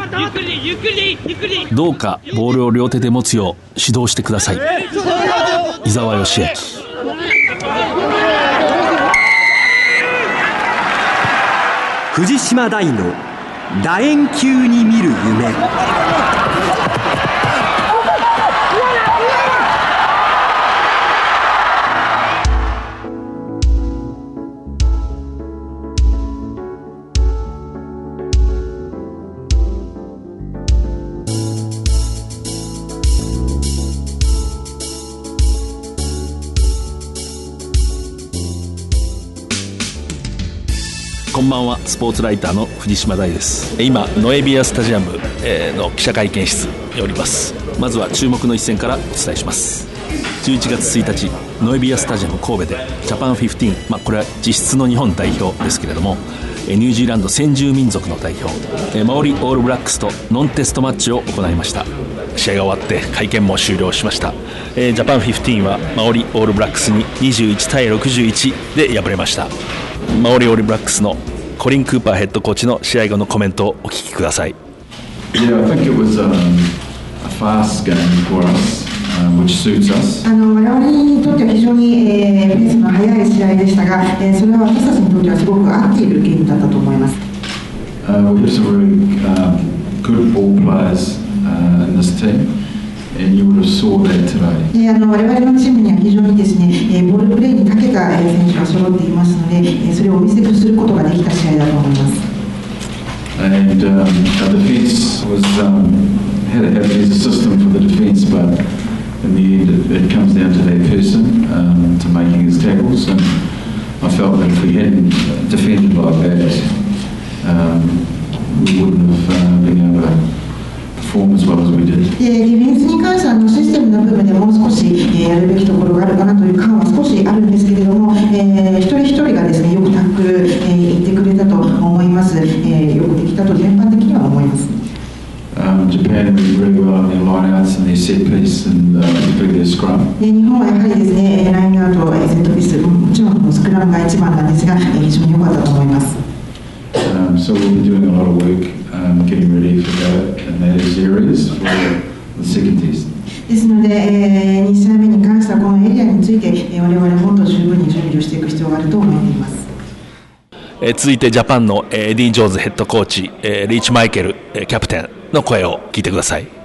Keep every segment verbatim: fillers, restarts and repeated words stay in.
どうかボールを両手で持つよう指導してください。伊沢義明。 藤島大の楕円球に見る夢。 こんばんは、スポーツライターの藤島大です。今ノエビアスタジアムの記者会見室におります。まずは注目の一戦からお伝えします。じゅういちがつついたち、ノエビアスタジアム神戸でジャパンじゅうご、まあ、これは実質の日本代表ですけれども、ニュージーランド先住民族の代表マオリオールブラックスとノンテストマッチを行いました。試合が終わって会見も終了しました。ジャパンじゅうごはマオリオールブラックスににじゅういちたいろくじゅういちで敗れました。マオリオールブラックスのコリン・クーパーヘッドコーチの試合後のコメントをお聞きください。 Yeah, I think it was um, a fast game for us, um, which suits us. あの我々にとっては非常に、えー、ペースの速い試合でしたが、えー、それは私たちにとってはすごく合っているゲームだったと思います。 Uh, we have some really um, good ball players uh, in this team.And you would have saw that today. あの我々のチームには非常にですね、ボールプレーに長けた選手が揃っていますので、それをお見せすることができた試合だと思います。 And um, our defense was um, had a, had a system for the defense, but in the end, it, it comes down to that person um, to making his tackles. And I felt that if we hadn't defended like that, um, we wouldn't have uh, been able to.As well as we did. ディフェンスに関してはシステムの部分でもう少し、えー、やるべきところがあるかなという感は少しあるんですけれども、えー、一人一人がですねよくタックル、えー、言ってくれたと思います、えー、よくできたと全般的には思います。 Um, Japan did really well in their lineouts and their set piece and uh, particularly their scrum. 日本はやはりですねラインアウト、セットピース、もちろんスクラムが一番なんですが、非常に良かったと思います。 Um, so we'll be doing a lot of work.Um, getting ready for that in those areas for the second test. ですので、えー、に試合目に関してはこのエリアについて、えー、我々もっと十分に準備をしていく必要があると思っています。 えー、続いてジャパンのエディ・ジョーンズヘッドコーチ、えー、リーチ・マイケル、えー、キャプテンの声を聞いてください。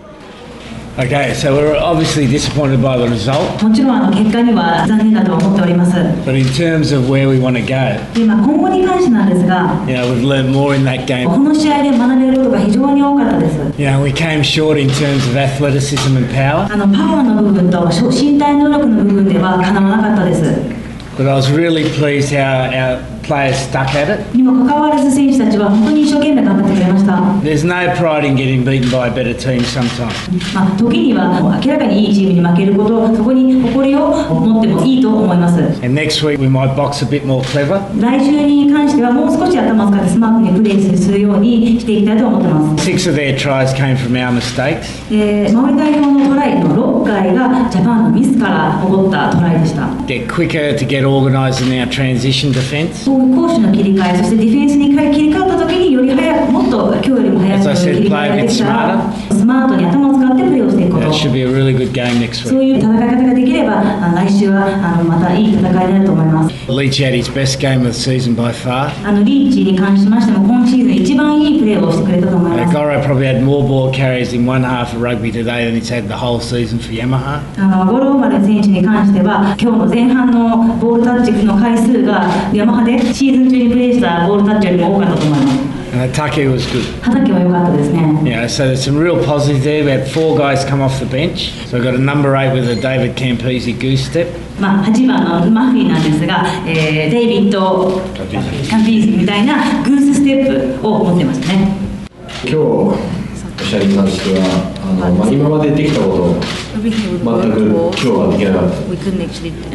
Okay, so we're obviously disappointed by the result. もちろんあの結果には残念だと思っております。 But in terms of where we want to go, 今今後に関してなんですが、 you know, we've learned more in that game. この試合で学べることが非常に多かったです。 You know, we came short in terms of athleticism and power. あのパワーの部分と身体能力の部分ではかなわなかったです。 But I was really pleased how our players stuck at it. にもかかわらず選手たちは本当に一生懸命頑張ってくれました。 There's no pride in getting beaten by a better team sometimes. まあ時には明らかにいいチームに負けること、そこに誇りを持ってもいいと思います。 And next week we might box a bit more clever. 来週に関してはもう少し頭を使ってスマートにプレーするようにしていきたいと思ってます。 Six of their tries came from our mistakes. えー、マオリ代表のトライのろっかいがジャパンのミスから起こったトライでした。 Get quicker to get organized in our transition defense. 攻守の切り替え、そしてディフェンスに切り替わった時により早く、もっと今日よりも早く切り替えができたら、スマートに頭を使ってプレーをしていくこと。 That should be a really good game next week. そういう戦い方ができれば、来週はあのまたいい戦いになると思います。 Leach had his best game of the season by far. あのリーチに関しましても今シーズン一番いいプレーをしてくれたと思います。 Goro probably had more ball carries in one half of rugby today than he's had the whole season for Yamaha. あのゴローマル選手に関しては今日の前半のボールタッチの回数がヤマハでシーズン中にプレーしたボールタッチよりも多かったと思います。 And Atake was good. 畑は良かったですね。 Yeah, so there's some real positives there. We had four guys come off the bench. So we got a number eight with a David Campese goose step. まあはちばんのマフィーなんですが、えー、デイビッド・カンピーズみたいなグースステップを持ってましたね。 今日の試合に関してはあの、まあ、今までできたことを全く今日はできなかった。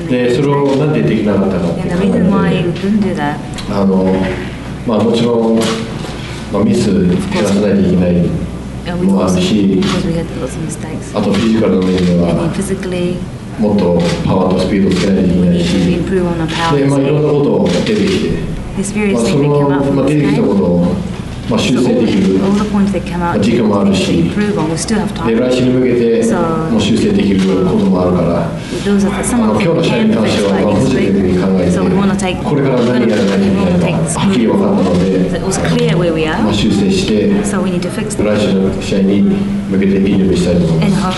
でそれをなんでできなかったかっていう考えてあの、まあ、もちろん、まあ、ミス減らさないといけないもあるし、あとフィジカルの面ではもっとパワーとスピードをつけないといけないし、で、まあ、いろんなことを出てきて、まあ、その、まあ、出てきたことをまあ、修正できる時期もあるし、で来週に向けてもう修正できることもあるから、あの今日の試合に関しては、まあ、ポジティブに考えて、これから何やる何みたいなのがはっきり分かったので、まあ、修正して、来週の試合に向けていい準備したいと思います。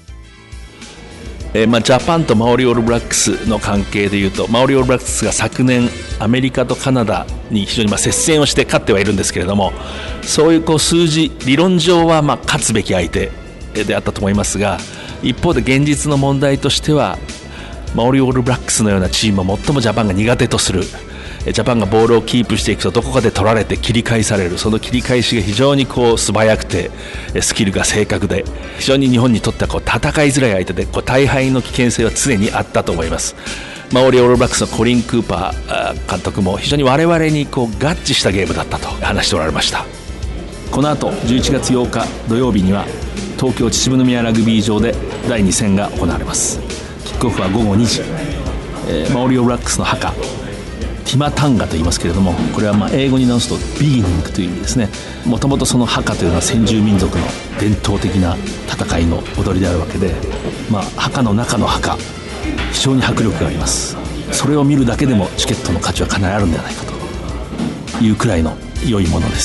えーまあ、ジャパンとマオリオールブラックスの関係でいうと、マオリオールブラックスが昨年アメリカとカナダに非常にまあ接戦をして勝ってはいるんですけれども、そういうこう数字理論上はまあ勝つべき相手であったと思いますが、一方で現実の問題としてはマオリオールブラックスのようなチームを最もジャパンが苦手とする、ジャパンがボールをキープしていくとどこかで取られて切り返される、その切り返しが非常にこう素早くてスキルが正確で、非常に日本にとってはこう戦いづらい相手で、こう大敗の危険性は常にあったと思います。マオリオールブラックスのコリン・クーパー監督も非常に我々にこう合致したゲームだったと話しておられました。この後じゅういちがつようか土曜日には東京秩父宮ラグビー場でだいに戦が行われます。キックオフはごごにじ、えー、マオリオールブラックスのハカティマタンガと言いますけれども、これはまあ英語に直すとビギニングという意味ですね。もともとそのハカというのは先住民族の伝統的な戦いの踊りであるわけで、まあ、ハカの中のハカ、非常に迫力があります。それを見るだけでもチケットの価値はかなりあるんではないかというくらいの良いものです。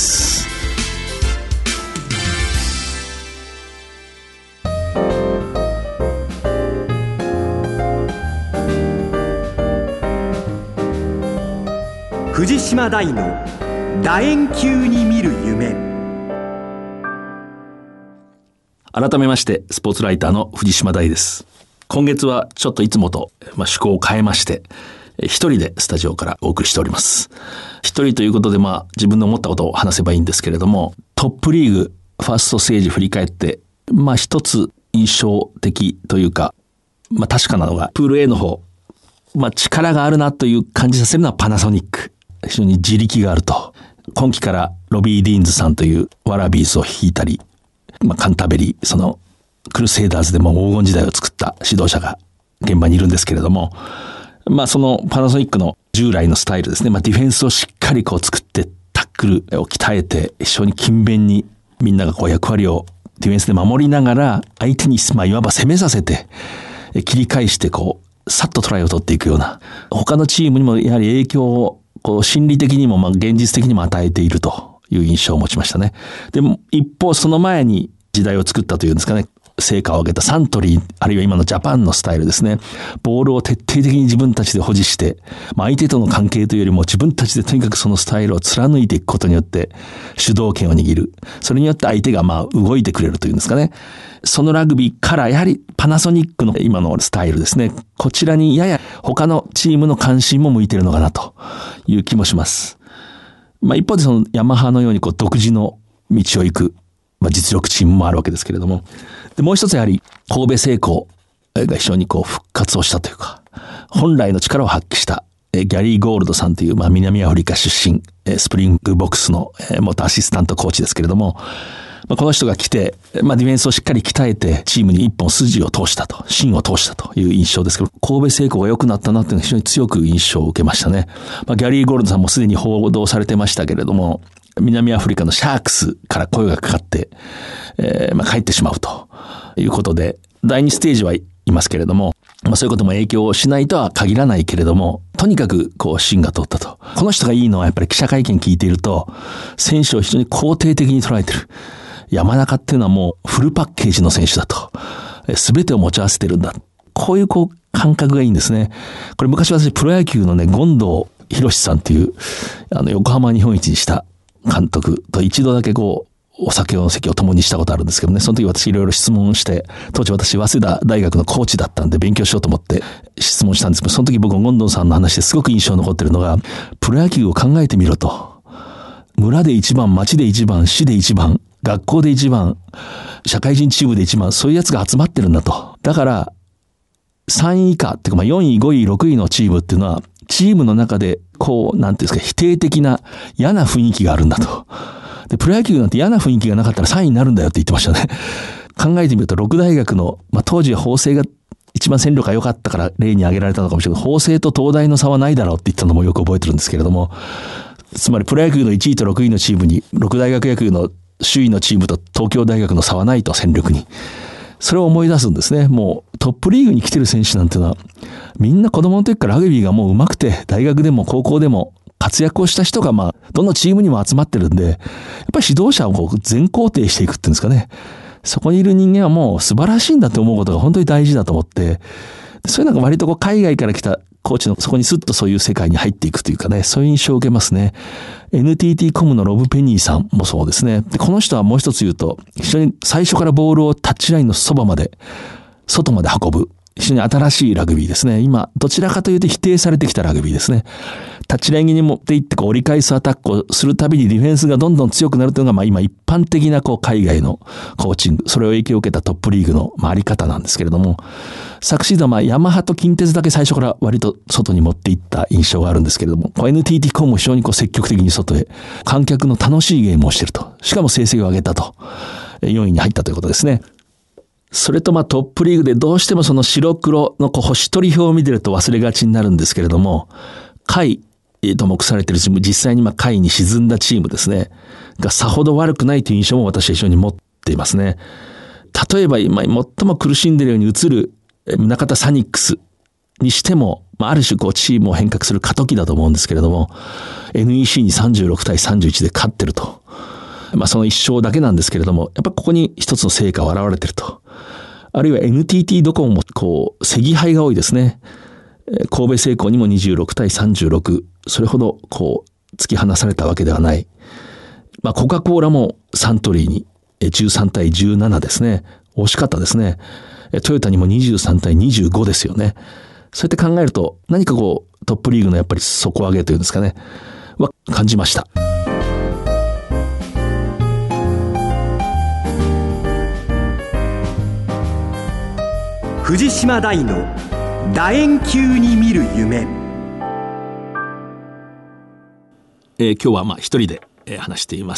藤島大の楕円球に見る夢。 改めましてスポーツライターの藤島大です。今月はちょっといつもと、まあ、趣向を変えまして一人でスタジオからお送りしております。一人ということで、まあ自分の思ったことを話せばいいんですけれども、トップリーグファーストステージ振り返って、まあ一つ印象的というか、まあ確かなのがプール A の方、まあ力があるなという感じさせるのはパナソニック。非常に自力があると。今季からロビー・ディーンズさんというワラビーズを率いたり、まあ、カンタベリー、そのクルセイダーズでも黄金時代を作った指導者が現場にいるんですけれども、まあそのパナソニックの従来のスタイルですね、まあディフェンスをしっかりこう作ってタックルを鍛えて、非常に勤勉にみんながこう役割をディフェンスで守りながら、相手にまあいわば攻めさせて、切り返してこう、さっとトライを取っていくような、他のチームにもやはり影響をこう心理的にもまあ現実的にも与えているという印象を持ちましたね。でも一方その前に時代を作ったというんですかね、成果を上げたサントリー、あるいは今のジャパンのスタイルですね。ボールを徹底的に自分たちで保持して、まあ、相手との関係というよりも自分たちでとにかくそのスタイルを貫いていくことによって主導権を握る。それによって相手がまあ動いてくれるというんですかね。そのラグビーからやはりパナソニックの今のスタイルですね。こちらにやや他のチームの関心も向いているのかなという気もします。まあ一方でそのヤマハのようにこう独自の道を行く、まあ、実力チームもあるわけですけれども。で、もう一つやはり神戸製鋼が非常にこう復活をしたというか、本来の力を発揮したギャリー・ゴールドさんというまあ南アフリカ出身、スプリングボックスの元アシスタントコーチですけれども、まあ、この人が来て、まあ、ディフェンスをしっかり鍛えて、チームに一本筋を通したと、芯を通したという印象ですけど、神戸製鋼が良くなったなというのが非常に強く印象を受けましたね。まあ、ギャリー・ゴールドさんもすでに報道されてましたけれども、南アフリカのシャークスから声がかかって、えー、まあ帰ってしまうということで、だいにステージはいますけれども、まあそういうことも影響しないとは限らないけれども、とにかくこう芯が通ったと。この人がいいのはやっぱり記者会見聞いていると、選手を非常に肯定的に捉えている。山中っていうのはもうフルパッケージの選手だと。すべてを持ち合わせてるんだ。こういうこう感覚がいいんですね。これ昔私プロ野球のね、権藤博さんっていう、あの横浜日本一にした監督と一度だけこう、お酒の席を共にしたことあるんですけどね、その時私いろいろ質問して、当時私早稲田大学のコーチだったんで勉強しようと思って質問したんですけど、その時僕権藤さんの話ですごく印象に残ってるのが、プロ野球を考えてみろと。村で一番、町で一番、市で一番、学校で一番、社会人チームで一番、そういうやつが集まってるんだと。だから、さんい以下っていうか、まあよんい、ごい、ろくいのチームっていうのは、チームの中で、こう、なんていうんですか、否定的な嫌な雰囲気があるんだと。で、プロ野球なんて嫌な雰囲気がなかったらさんいになるんだよって言ってましたね。考えてみると、六大学の、まあ当時は法政が一番戦力が良かったから例に挙げられたのかもしれない。法政と東大の差はないだろうって言ったのもよく覚えてるんですけれども、 つまりプロ野球のいちいとろくいのチームに六大学野球の首位のチームと東京大学の差はないと、戦力に。それを思い出すんですね。もうトップリーグに来てる選手なんてのはみんな子供の時からラグビーがもう上手くて、大学でも高校でも活躍をした人がまあどのチームにも集まってるんで、やっぱり指導者をこう全肯定していくっていうんですかね。そこにいる人間はもう素晴らしいんだと思うことが本当に大事だと思って、そういうのが割とこう海外から来たコーチのそこにスッとそういう世界に入っていくというかね、そういう印象を受けますね。エヌティーティー コムのロブ・ペニーさんもそうですね。でこの人はもう一つ言うと、非常に最初からボールをタッチラインのそばまで、外まで運ぶ。非常に新しいラグビーですね。今、どちらかというと否定されてきたラグビーですね。タッチラインに持っていってこう折り返すアタックをするたびにディフェンスがどんどん強くなるというのがまあ今一般的なこう海外のコーチング、それを影響を受けたトップリーグのまああり方なんですけれども、昨シーズンはまあヤマハと近鉄だけ最初から割と外に持っていった印象があるんですけれども、こう エヌティーティー コムも非常にこう積極的に外へ観客の楽しいゲームをしていると。しかも成績を上げたと。よんいに入ったということですね。それとまあトップリーグでどうしてもその白黒のこう星取り表を見てると忘れがちになるんですけれども、下位と目されているチーム、実際にまあ下位に沈んだチームですね、がさほど悪くないという印象も私は非常に持っていますね。例えば今最も苦しんでいるように映る宗像サニックスにしても、まあ、ある種こうチームを変革する過渡期だと思うんですけれども、エヌイーシー にさんじゅうろくたいさんじゅういちで勝ってると。まあその一勝だけなんですけれども、やっぱここに一つの成果が現れてると。あるいは エヌティーティー ドコモもこう、惜敗が多いですね。神戸製鋼にもにじゅうろくたいさんじゅうろく、それほどこう、突き放されたわけではない。まあコカ・コーラもサントリーにじゅうさんたいじゅうななですね。惜しかったですね。トヨタにもにじゅうさんたいにじゅうごですよね。そうやって考えると、何かこう、トップリーグのやっぱり底上げというんですかね、は感じました。 藤島大の楕円球に見る夢。 えー、今日はまあ一人で、えー、話しています、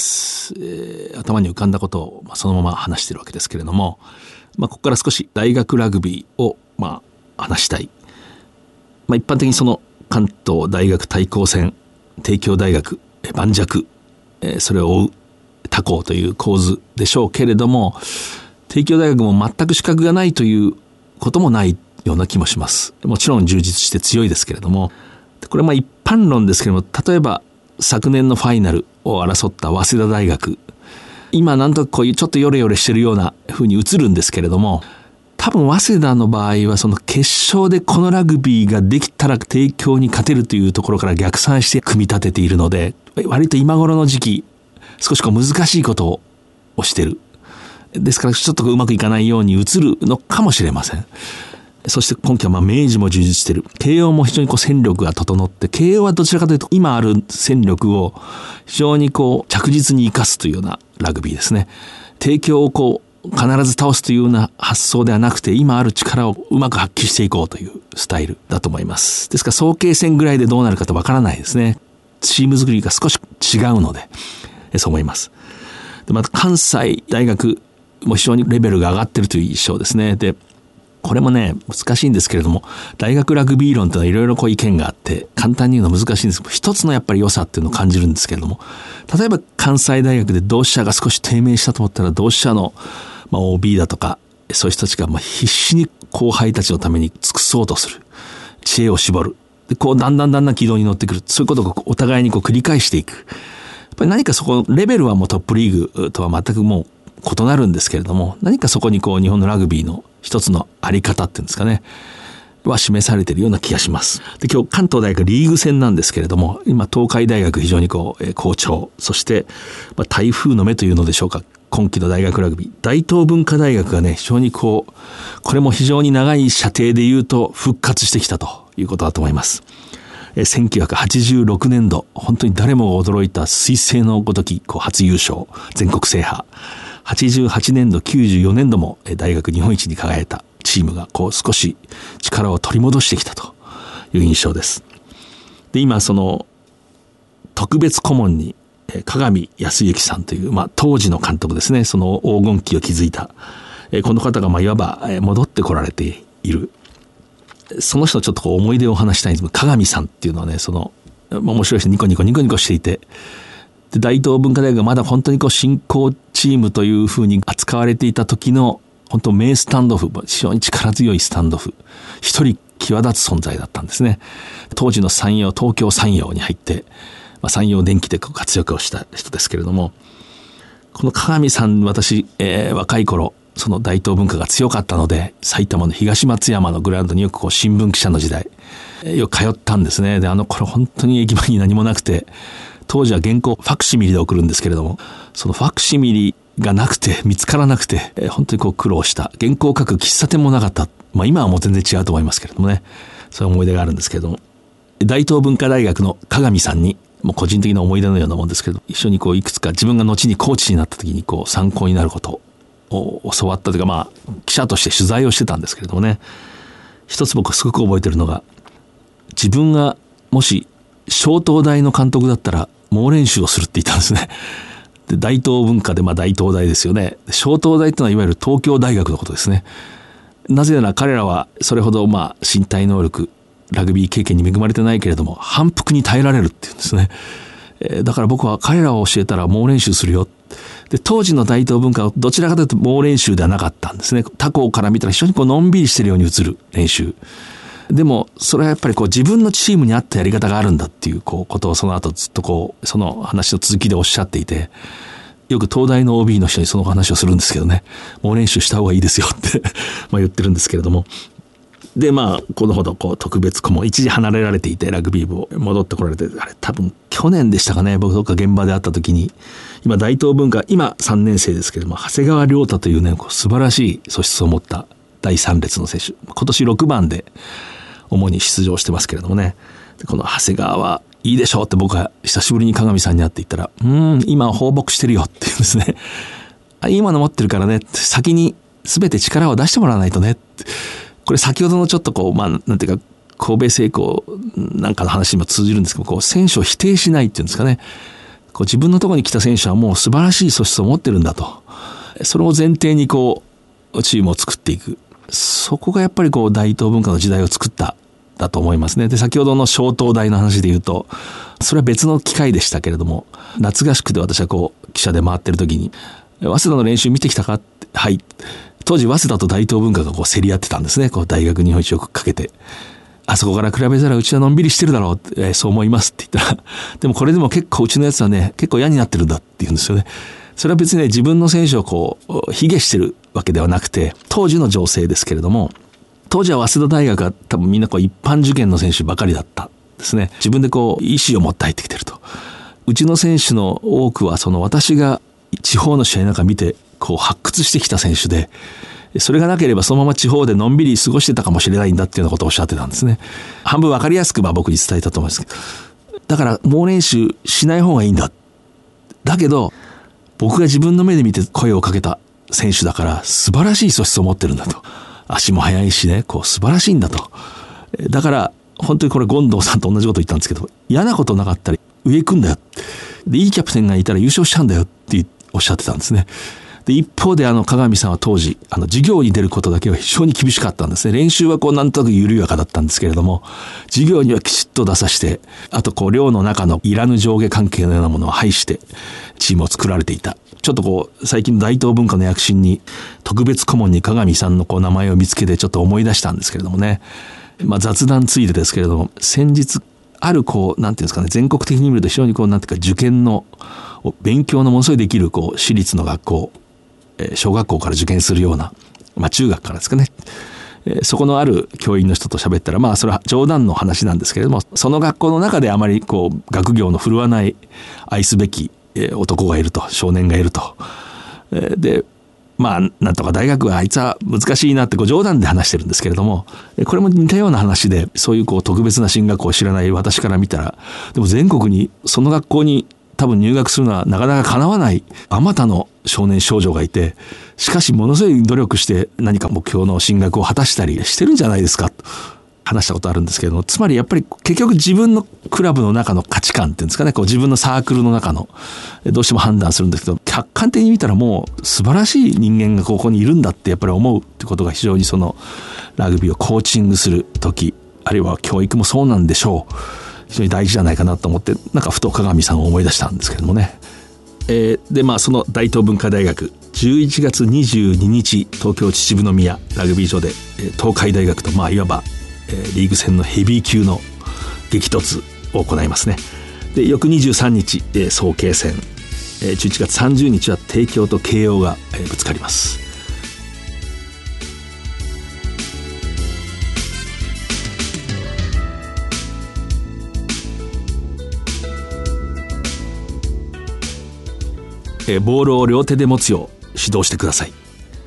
えー。頭に浮かんだことを、まあ、そのまま話しているわけですけれども、まあ、ここから少し大学ラグビーをまあ話したい。まあ、一般的にその関東大学対抗戦、帝京大学、えー、盤石、えー、それを追う他校という構図でしょうけれども、帝京大学も全く資格がないということもないような気もします。もちろん充実して強いですけれども、これはまあ一般論ですけれども、例えば昨年のファイナルを争った早稲田大学、今なんとなくこういうちょっとヨレヨレしてるような風に映るんですけれども、多分早稲田の場合はその決勝でこのラグビーができたら帝京に勝てるというところから逆算して組み立てているので、割と今頃の時期少しこう難しいことをしてる。ですからちょっとうまくいかないように映るのかもしれません。そして今季はまあ明治も充実している。慶応も非常にこう戦力が整って、慶応はどちらかというと今ある戦力を非常にこう着実に生かすというようなラグビーですね。帝京をこう必ず倒すというような発想ではなくて、今ある力をうまく発揮していこうというスタイルだと思います。ですから早慶戦ぐらいでどうなるかとわからないですね。チーム作りが少し違うので、そう思います。でまた関西大学もう非常にレベルが上がっているという印象ですね。で、これもね、難しいんですけれども、大学ラグビー論というのはいろいろこう意見があって、簡単に言うのは難しいんですけど、一つのやっぱり良さっていうのを感じるんですけれども、例えば関西大学で同志社が少し低迷したと思ったら、同志社の、まあ、オービー だとか、そういう人たちがまあ必死に後輩たちのために尽くそうとする。知恵を絞る。で、こうだんだんだんだん軌道に乗ってくる。そういうことをお互いにこう繰り返していく。やっぱり何かそこ、レベルはもうトップリーグとは全くもう、異なるんですけれども、何かそこにこう日本のラグビーの一つのあり方っていうんですかね、は示されているような気がします。で、今日関東大学リーグ戦なんですけれども、今東海大学非常にこう、えー、好調、そして、まあ、台風の目というのでしょうか、今季の大学ラグビー、大東文化大学がね、非常にこう、これも非常に長い射程で言うと復活してきたということだと思います。せんきゅうひゃくはちじゅうろくねんど、本当に誰もが驚いた彗星のごときこう初優勝、全国制覇。はちじゅうはちねんど、きゅうじゅうよねんども大学日本一に輝いたチームがこう少し力を取り戻してきたという印象です。で、今その特別顧問に鏡康之さんという、まあ、当時の監督ですね、その黄金期を築いたこの方がまあいわば戻ってこられている。その人のちょっとこう思い出を話したいんですけど、鏡さんっていうのはね、その面白いしニコニコニコニコしていて、で大東文化大学がまだ本当にこう新興チームというふうに扱われていた時の本当名スタンドオフ、非常に力強いスタンドオフ、一人際立つ存在だったんですね。当時の山陽、東京山陽に入って、まあ、山陽電機で活躍をした人ですけれども、この鏡さん、私、えー、若い頃その大東文化が強かったので、埼玉の東松山のグラウンドによくこう新聞記者の時代、えー、よく通ったんですね。で、あの頃本当に駅前に何もなくて、当時は原稿ファクシミリで送るんですけれども、そのファクシミリがなくて見つからなくて、えー、本当にこう苦労した。原稿を書く喫茶店もなかった。まあ今はもう全然違うと思いますけれどもね、そういう思い出があるんですけれども、大東文化大学の鏡さんにもう個人的な思い出のようなもんですけど、一緒にこういくつか自分が後にコーチになった時にこう参考になることを教わったというか、まあ記者として取材をしてたんですけれどもね、一つ僕すごく覚えてるのが、自分がもし小東大の監督だったら猛練習をするって言ったんですね。で、大東文化でまあ大東大ですよね。小東大ってのはいわゆる東京大学のことですね。なぜなら彼らはそれほどまあ身体能力、ラグビー経験に恵まれてないけれども反復に耐えられるっていうんですね。えー、だから僕は彼らを教えたら猛練習するよ。で、当時の大東文化はどちらかというと猛練習ではなかったんですね。他校から見たら非常にこうのんびりしてるように映る練習。でもそれはやっぱりこう自分のチームに合ったやり方があるんだっていうこうことをその後ずっとこうその話の続きでおっしゃっていて、よく東大の オービー の人にその話をするんですけどね、猛練習した方がいいですよってまあ言ってるんですけれども、でまあこのほどこう特別顧問一時離れられていてラグビー部を戻ってこられて、あれ多分去年でしたかね、僕どっか現場で会った時に、今大東文化今さんねん生ですけれども、長谷川亮太というねこう素晴らしい素質を持っただいさん列の選手、今年ろくばんで主に出場してますけれどもね、でこの長谷川はいいでしょうって僕は久しぶりに鏡さんに会って言ったら、うーん今放牧してるよって言うんですね。今の持ってるからね、先に全て力を出してもらわないとねって。これ先ほどのちょっとこうまあなんていうか神戸製鋼なんかの話にも通じるんですけど、こう選手を否定しないっていうんですかね、こう自分のところに来た選手はもう素晴らしい素質を持ってるんだと、それを前提にこうチームを作っていく、そこがやっぱりこう大東文化の時代を作っただと思いますね。で、先ほどの小東大の話で言うと、それは別の機会でしたけれども、夏合宿で私はこう記者で回ってる時に、早稲田の練習見てきたかって、はい。当時早稲田と大東文化がこう競り合ってたんですね。こう大学日本一をかけて、あそこから比べたらうちはのんびりしてるだろうって、えー、そう思いますって言ったら、でもこれでも結構うちのやつはね結構嫌になってるんだって言うんですよね。それは別にね自分の選手をこう卑下してるわけではなくて、当時の情勢ですけれども、当時は早稲田大学は多分みんなこう一般受験の選手ばかりだったですね。自分でこう意思を持って入ってきてると。うちの選手の多くはその私が地方の試合なんか見てこう発掘してきた選手で、それがなければそのまま地方でのんびり過ごしてたかもしれないんだっていうようなことをおっしゃってたんですね。半分わかりやすくまあ僕に伝えたと思うんですけど、だから猛練習しない方がいいんだ。だけど僕が自分の目で見て声をかけた選手だから素晴らしい素質を持ってるんだと。足も速いしね、こう素晴らしいんだと。だから本当にこれ権藤さんと同じこと言ったんですけど、嫌なことなかったら上行くんだよ。で、いいキャプテンがいたら優勝しちゃうんだよっておっしゃってたんですね。で、一方であの鏡さんは当時あの授業に出ることだけは非常に厳しかったんですね。練習はこうなんとなく緩やかだったんですけれども、授業にはきちっと出させて、あとこう寮の中のいらぬ上下関係のようなものを排してチームを作られていた。ちょっとこう最近の大東文化の躍進に特別顧問に鏡さんのこう名前を見つけてちょっと思い出したんですけれどもね。まあ雑談ついでですけれども、先日あるこうなんていうんですかね、全国的に見ると非常にこうなんていうか受験の勉強のものすごいできるこう私立の学校、小学校から受験するような、まあ中学からですかね、えー、そこのある教員の人と喋ったら、まあそれは冗談の話なんですけれども、その学校の中であまりこう学業の振るわない愛すべき、えー、男がいると、少年がいると、えー、でまあなんとか大学はあいつは難しいなってこう冗談で話してるんですけれども、これも似たような話で、そういうこう特別な進学校を知らない私から見たら、でも全国にその学校に多分入学するのはなかなか叶わないあまたの少年少女がいて、しかしものすごい努力して何か目標の進学を果たしたりしてるんじゃないですかと話したことあるんですけれども、つまりやっぱり結局自分のクラブの中の価値観っていうんですかね、こう自分のサークルの中のどうしても判断するんですけど、客観的に見たらもう素晴らしい人間がここにいるんだってやっぱり思うってことが非常にそのラグビーをコーチングする時、あるいは教育もそうなんでしょう。非非常に大事じゃないかなと思って、なんかふと鏡さんを思い出したんですけれどもね。えー、でまあその大東文化大学じゅういちがつにじゅうににち東京秩父宮ラグビー場で、えー、東海大学とまあいわば、えー、リーグ戦のヘビー級の激突を行いますね。で翌にじゅうさんにち、えー、早慶戦、えー、じゅういちがつさんじゅうにちは帝京と慶応が、えー、ぶつかります。えー、ボールを両手で持つよう指導してください。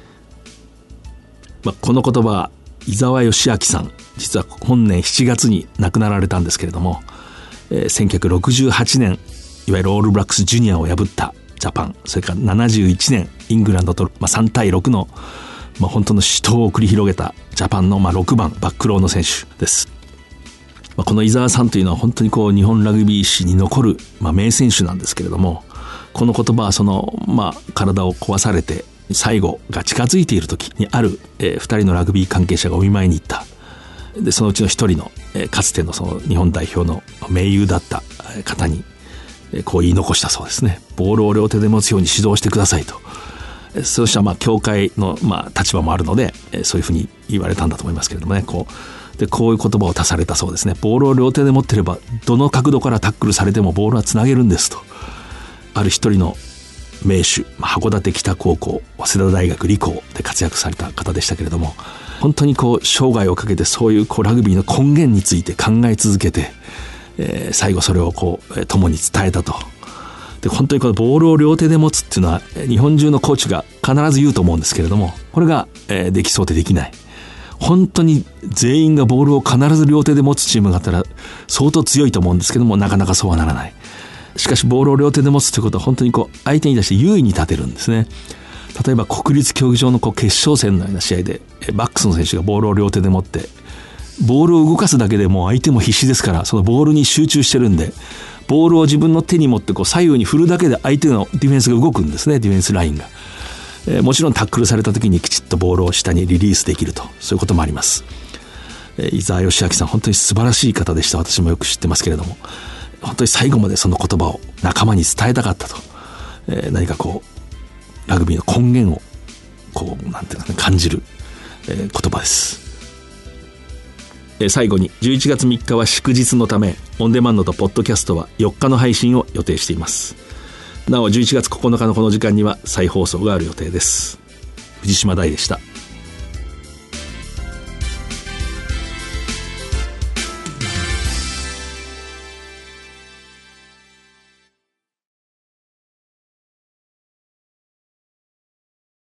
まあ、この言葉は伊沢義明さん、実は本年しちがつに亡くなられたんですけれども、えー、せんきゅうひゃくろくじゅうはちねんいわゆるオールブラックスジュニアを破ったジャパン、それからななじゅういちねんイングランドと、まあ、さんたいろくの、まあ、本当の死闘を繰り広げたジャパンの、まあ、ろくばんバックローの選手です。まあ、この伊沢さんというのは本当にこう日本ラグビー史に残る、まあ、名選手なんですけれども、この言葉はその、まあ、体を壊されて最後が近づいている時にある、えー、ふたりのラグビー関係者がお見舞いに行った。でそのうちのひとりの、えー、かつてのその日本代表の盟友だった方に、えー、こう言い残したそうですね。ボールを両手で持つように指導してくださいと。えー、そうしたまあ協会の、まあ、立場もあるので、えー、そういうふうに言われたんだと思いますけれどもね。こうでこういう言葉を足されたそうですね。ボールを両手で持ってればどの角度からタックルされてもボールはつなげるんですと。ある一人の名手、函館北高校早稲田大学理工で活躍された方でしたけれども、本当にこう生涯をかけてそういうこうラグビーの根源について考え続けて、えー、最後それをこう共に伝えたと。で本当にこのボールを両手で持つっていうのは日本中のコーチが必ず言うと思うんですけれども、これが、えー、できそうでできない。本当に全員がボールを必ず両手で持つチームがあったら相当強いと思うんですけども、なかなかそうはならない。しかしボールを両手で持つということは本当にこう相手に対して優位に立てるんですね。例えば国立競技場のこう決勝戦のような試合でバックスの選手がボールを両手で持ってボールを動かすだけでもう相手も必死ですから、そのボールに集中してるんで、ボールを自分の手に持ってこう左右に振るだけで相手のディフェンスが動くんですね。ディフェンスラインが、えー、もちろんタックルされた時にきちっとボールを下にリリースできると、そういうこともあります。えー、伊沢義明さん本当に素晴らしい方でした。私もよく知ってますけれども、本当に最後までその言葉を仲間に伝えたかったと、えー、何かこうラグビーの根源をこうなんていうか、ね、感じる、えー、言葉です。えー、最後にじゅういちがつみっかは祝日のためオンデマンドとポッドキャストはよっかの配信を予定しています。なおじゅういちがつここのかのこの時間には再放送がある予定です。藤島大でした。